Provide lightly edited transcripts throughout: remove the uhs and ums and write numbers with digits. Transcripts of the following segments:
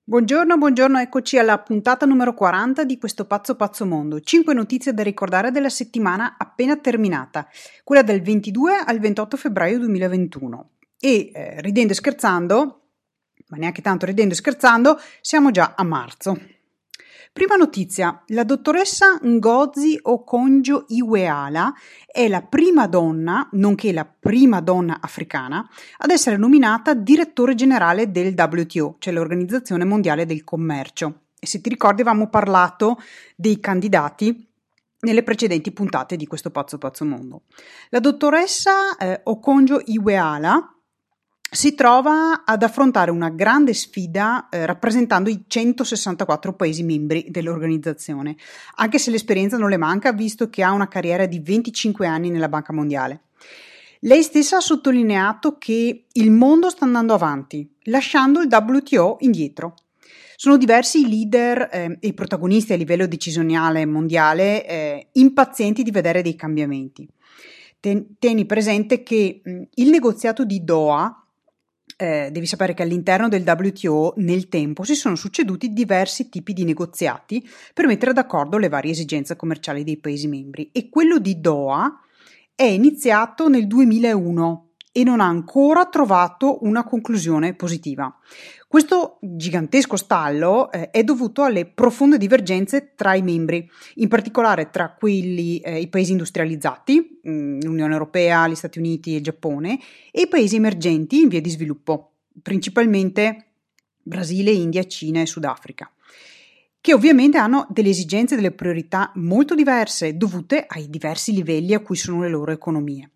Buongiorno, eccoci alla puntata numero 40 di questo pazzo mondo. 5 notizie da ricordare della settimana appena terminata, quella del 22 al 28 febbraio 2021. E ridendo e scherzando, ma neanche tanto ridendo e scherzando, siamo già a marzo. Prima notizia, la dottoressa Ngozi Okonjo-Iweala è la prima donna, nonché la prima donna africana, ad essere nominata direttore generale del WTO, cioè l'Organizzazione Mondiale del Commercio. E se ti ricordi avevamo parlato dei candidati nelle precedenti puntate di questo pazzo mondo. La dottoressa Okonjo-Iweala si trova ad affrontare una grande sfida rappresentando i 164 paesi membri dell'organizzazione, anche se l'esperienza non le manca, visto che ha una carriera di 25 anni nella Banca Mondiale. Lei stessa ha sottolineato che il mondo sta andando avanti, lasciando il WTO indietro. Sono diversi i leader e i protagonisti a livello decisionale mondiale impazienti di vedere dei cambiamenti. Tieni presente che il negoziato di Doha, devi sapere che all'interno del WTO nel tempo si sono succeduti diversi tipi di negoziati per mettere d'accordo le varie esigenze commerciali dei Paesi membri, e quello di Doha è iniziato nel 2001 e non ha ancora trovato una conclusione positiva. Questo gigantesco stallo è dovuto alle profonde divergenze tra i membri, in particolare tra quelli, i paesi industrializzati, l'Unione Europea, gli Stati Uniti e il Giappone, e i paesi emergenti in via di sviluppo, principalmente Brasile, India, Cina e Sudafrica, che ovviamente hanno delle esigenze e delle priorità molto diverse dovute ai diversi livelli a cui sono le loro economie.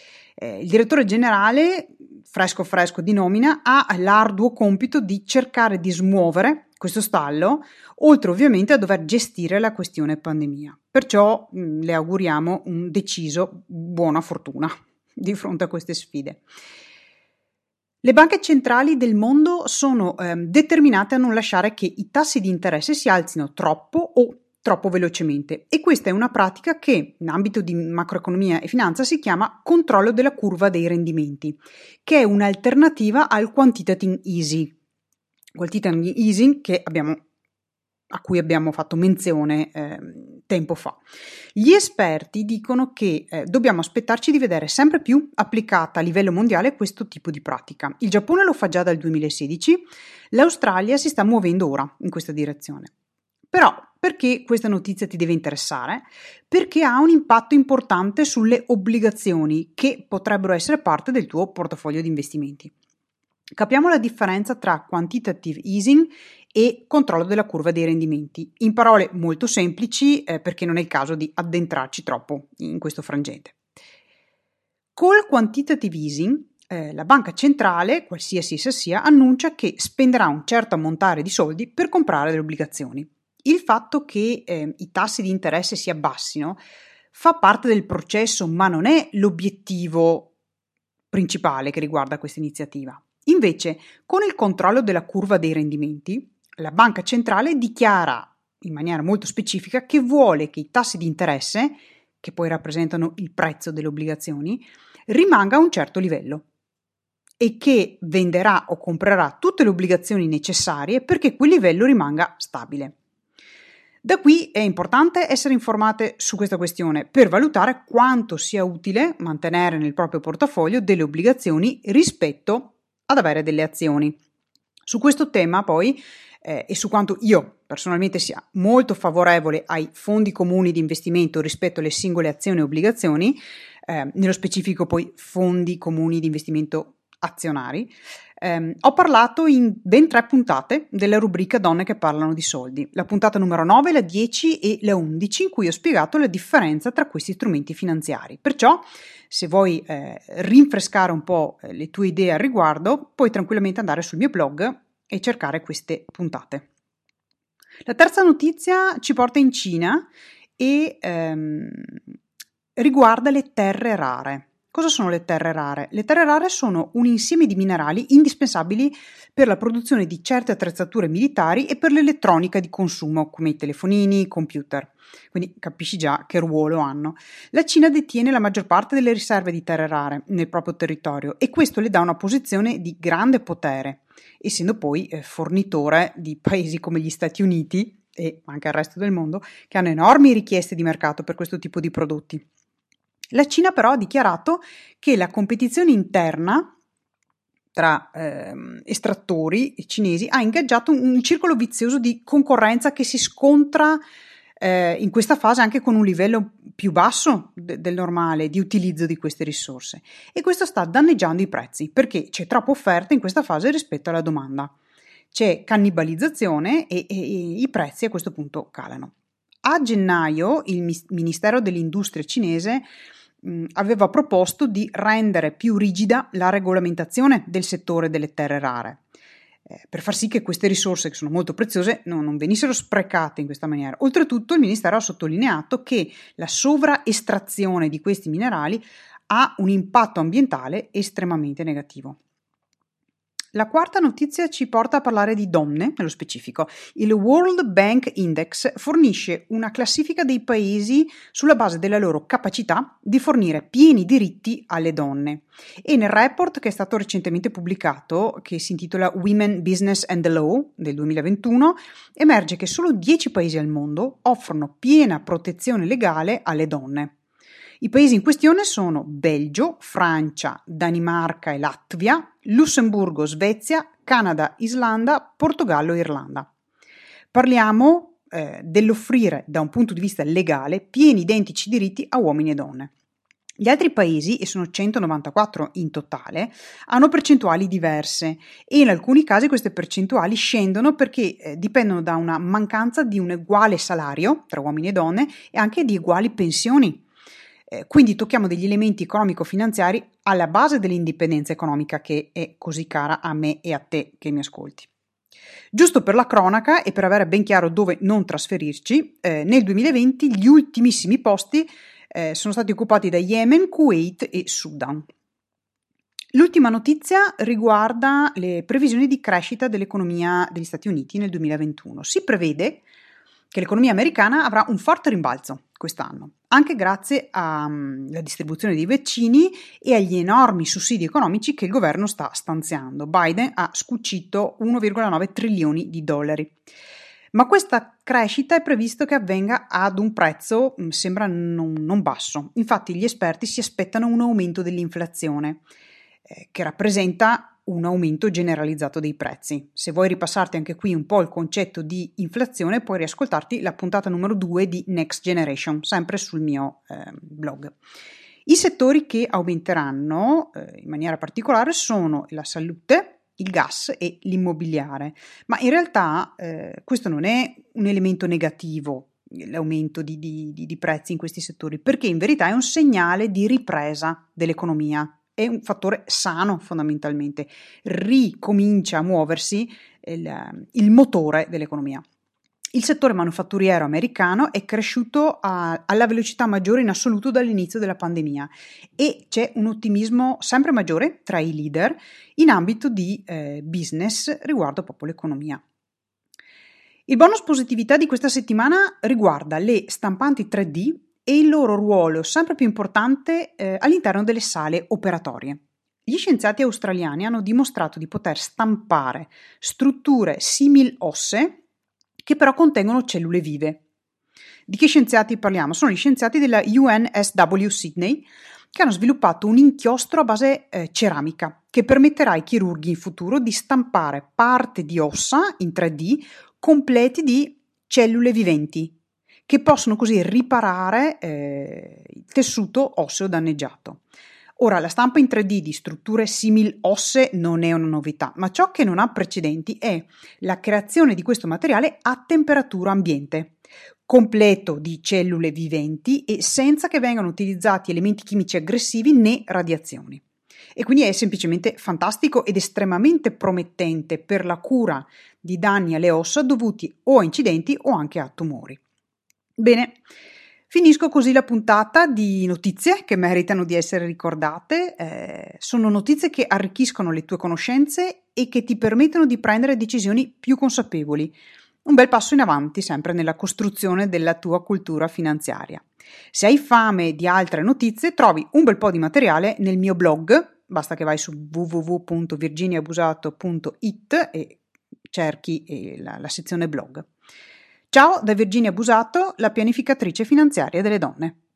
Il direttore generale, fresco di nomina, ha l'arduo compito di cercare di smuovere questo stallo, oltre ovviamente a dover gestire la questione pandemia. Perciò le auguriamo un deciso buona fortuna di fronte a queste sfide. Le banche centrali del mondo sono determinate a non lasciare che i tassi di interesse si alzino troppo o troppo velocemente, e questa è una pratica che in ambito di macroeconomia e finanza si chiama controllo della curva dei rendimenti, che è un'alternativa al quantitative easing a cui abbiamo fatto menzione tempo fa. Gli esperti dicono che dobbiamo aspettarci di vedere sempre più applicata a livello mondiale questo tipo di pratica. Il Giappone lo fa già dal 2016, l'Australia si sta muovendo ora in questa direzione. Però perché questa notizia ti deve interessare? Perché ha un impatto importante sulle obbligazioni che potrebbero essere parte del tuo portafoglio di investimenti. Capiamo la differenza tra quantitative easing e controllo della curva dei rendimenti, in parole molto semplici perché non è il caso di addentrarci troppo in questo frangente. Col quantitative easing la banca centrale, qualsiasi essa sia, annuncia che spenderà un certo ammontare di soldi per comprare delle obbligazioni. Il fatto che i tassi di interesse si abbassino fa parte del processo, ma non è l'obiettivo principale che riguarda questa iniziativa. Invece, con il controllo della curva dei rendimenti, la banca centrale dichiara in maniera molto specifica che vuole che i tassi di interesse, che poi rappresentano il prezzo delle obbligazioni, rimanga a un certo livello e che venderà o comprerà tutte le obbligazioni necessarie perché quel livello rimanga stabile. Da qui è importante essere informate su questa questione per valutare quanto sia utile mantenere nel proprio portafoglio delle obbligazioni rispetto ad avere delle azioni. Su questo tema poi e su quanto io personalmente sia molto favorevole ai fondi comuni di investimento rispetto alle singole azioni e obbligazioni, nello specifico poi fondi comuni di investimento azionari, ho parlato in ben 3 puntate della rubrica Donne che parlano di soldi, la puntata numero 9, la 10 e la 11, in cui ho spiegato la differenza tra questi strumenti finanziari. Perciò, se vuoi rinfrescare un po' le tue idee al riguardo, puoi tranquillamente andare sul mio blog e cercare queste puntate. La terza notizia ci porta in Cina e riguarda le terre rare. Cosa sono le terre rare? Le terre rare sono un insieme di minerali indispensabili per la produzione di certe attrezzature militari e per l'elettronica di consumo, come i telefonini, i computer. Quindi capisci già che ruolo hanno. La Cina detiene la maggior parte delle riserve di terre rare nel proprio territorio e questo le dà una posizione di grande potere. essendo poi fornitore di paesi come gli Stati Uniti e anche il resto del mondo, che hanno enormi richieste di mercato per questo tipo di prodotti. La Cina però ha dichiarato che la competizione interna tra estrattori cinesi ha ingaggiato un circolo vizioso di concorrenza che si scontra in questa fase anche con un livello più basso del normale di utilizzo di queste risorse, e questo sta danneggiando i prezzi perché c'è troppa offerta in questa fase rispetto alla domanda. C'è cannibalizzazione e i prezzi a questo punto calano. A gennaio il Ministero dell'Industria cinese aveva proposto di rendere più rigida la regolamentazione del settore delle terre rare, per far sì che queste risorse, che sono molto preziose, non venissero sprecate in questa maniera. Oltretutto il Ministero ha sottolineato che la sovraestrazione di questi minerali ha un impatto ambientale estremamente negativo. La quarta notizia ci porta a parlare di donne, nello specifico. Il World Bank Index fornisce una classifica dei paesi sulla base della loro capacità di fornire pieni diritti alle donne. E nel report che è stato recentemente pubblicato, che si intitola Women, Business and the Law del 2021, emerge che solo 10 paesi al mondo offrono piena protezione legale alle donne. I paesi in questione sono Belgio, Francia, Danimarca e Latvia, Lussemburgo, Svezia, Canada, Islanda, Portogallo e Irlanda. Parliamo dell'offrire da un punto di vista legale pieni identici diritti a uomini e donne. Gli altri paesi, e sono 194 in totale, hanno percentuali diverse e in alcuni casi queste percentuali scendono perché dipendono da una mancanza di un uguale salario tra uomini e donne e anche di uguali pensioni. Quindi tocchiamo degli elementi economico-finanziari alla base dell'indipendenza economica che è così cara a me e a te che mi ascolti. Giusto per la cronaca e per avere ben chiaro dove non trasferirci, nel 2020 gli ultimissimi posti sono stati occupati da Yemen, Kuwait e Sudan. L'ultima notizia riguarda le previsioni di crescita dell'economia degli Stati Uniti nel 2021. Si prevede che l'economia americana avrà un forte rimbalzo quest'anno, anche grazie alla distribuzione dei vaccini e agli enormi sussidi economici che il governo sta stanziando. Biden ha scucito 1,9 trilioni di dollari. Ma questa crescita è previsto che avvenga ad un prezzo, sembra non basso. Infatti gli esperti si aspettano un aumento dell'inflazione, che rappresenta un aumento generalizzato dei prezzi. Se vuoi ripassarti anche qui un po' il concetto di inflazione, puoi riascoltarti la puntata numero 2 di Next Generation, sempre sul mio blog. I settori che aumenteranno in maniera particolare sono la salute, il gas e l'immobiliare, ma in realtà questo non è un elemento negativo, l'aumento di prezzi in questi settori, perché in verità è un segnale di ripresa dell'economia. È un fattore sano fondamentalmente, ricomincia a muoversi il motore dell'economia. Il settore manifatturiero americano è cresciuto alla velocità maggiore in assoluto dall'inizio della pandemia e c'è un ottimismo sempre maggiore tra i leader in ambito di business riguardo proprio l'economia. Il bonus positività di questa settimana riguarda le stampanti 3D e il loro ruolo sempre più importante all'interno delle sale operatorie. Gli scienziati australiani hanno dimostrato di poter stampare strutture simil-ossee che però contengono cellule vive. Di che scienziati parliamo? Sono gli scienziati della UNSW Sydney che hanno sviluppato un inchiostro a base ceramica che permetterà ai chirurghi in futuro di stampare parte di ossa in 3D completi di cellule viventi, che possono così riparare il tessuto osseo danneggiato. Ora, la stampa in 3D di strutture simil-ossee non è una novità, ma ciò che non ha precedenti è la creazione di questo materiale a temperatura ambiente, completo di cellule viventi e senza che vengano utilizzati elementi chimici aggressivi né radiazioni. E quindi è semplicemente fantastico ed estremamente promettente per la cura di danni alle ossa dovuti o a incidenti o anche a tumori. Bene, finisco così la puntata di notizie che meritano di essere ricordate. Sono notizie che arricchiscono le tue conoscenze e che ti permettono di prendere decisioni più consapevoli. Un bel passo in avanti sempre nella costruzione della tua cultura finanziaria. Se hai fame di altre notizie, trovi un bel po' di materiale nel mio blog basta che vai su www.virginiabusato.it e cerchi la sezione blog. Ciao da Virginia Busato, la pianificatrice finanziaria delle donne.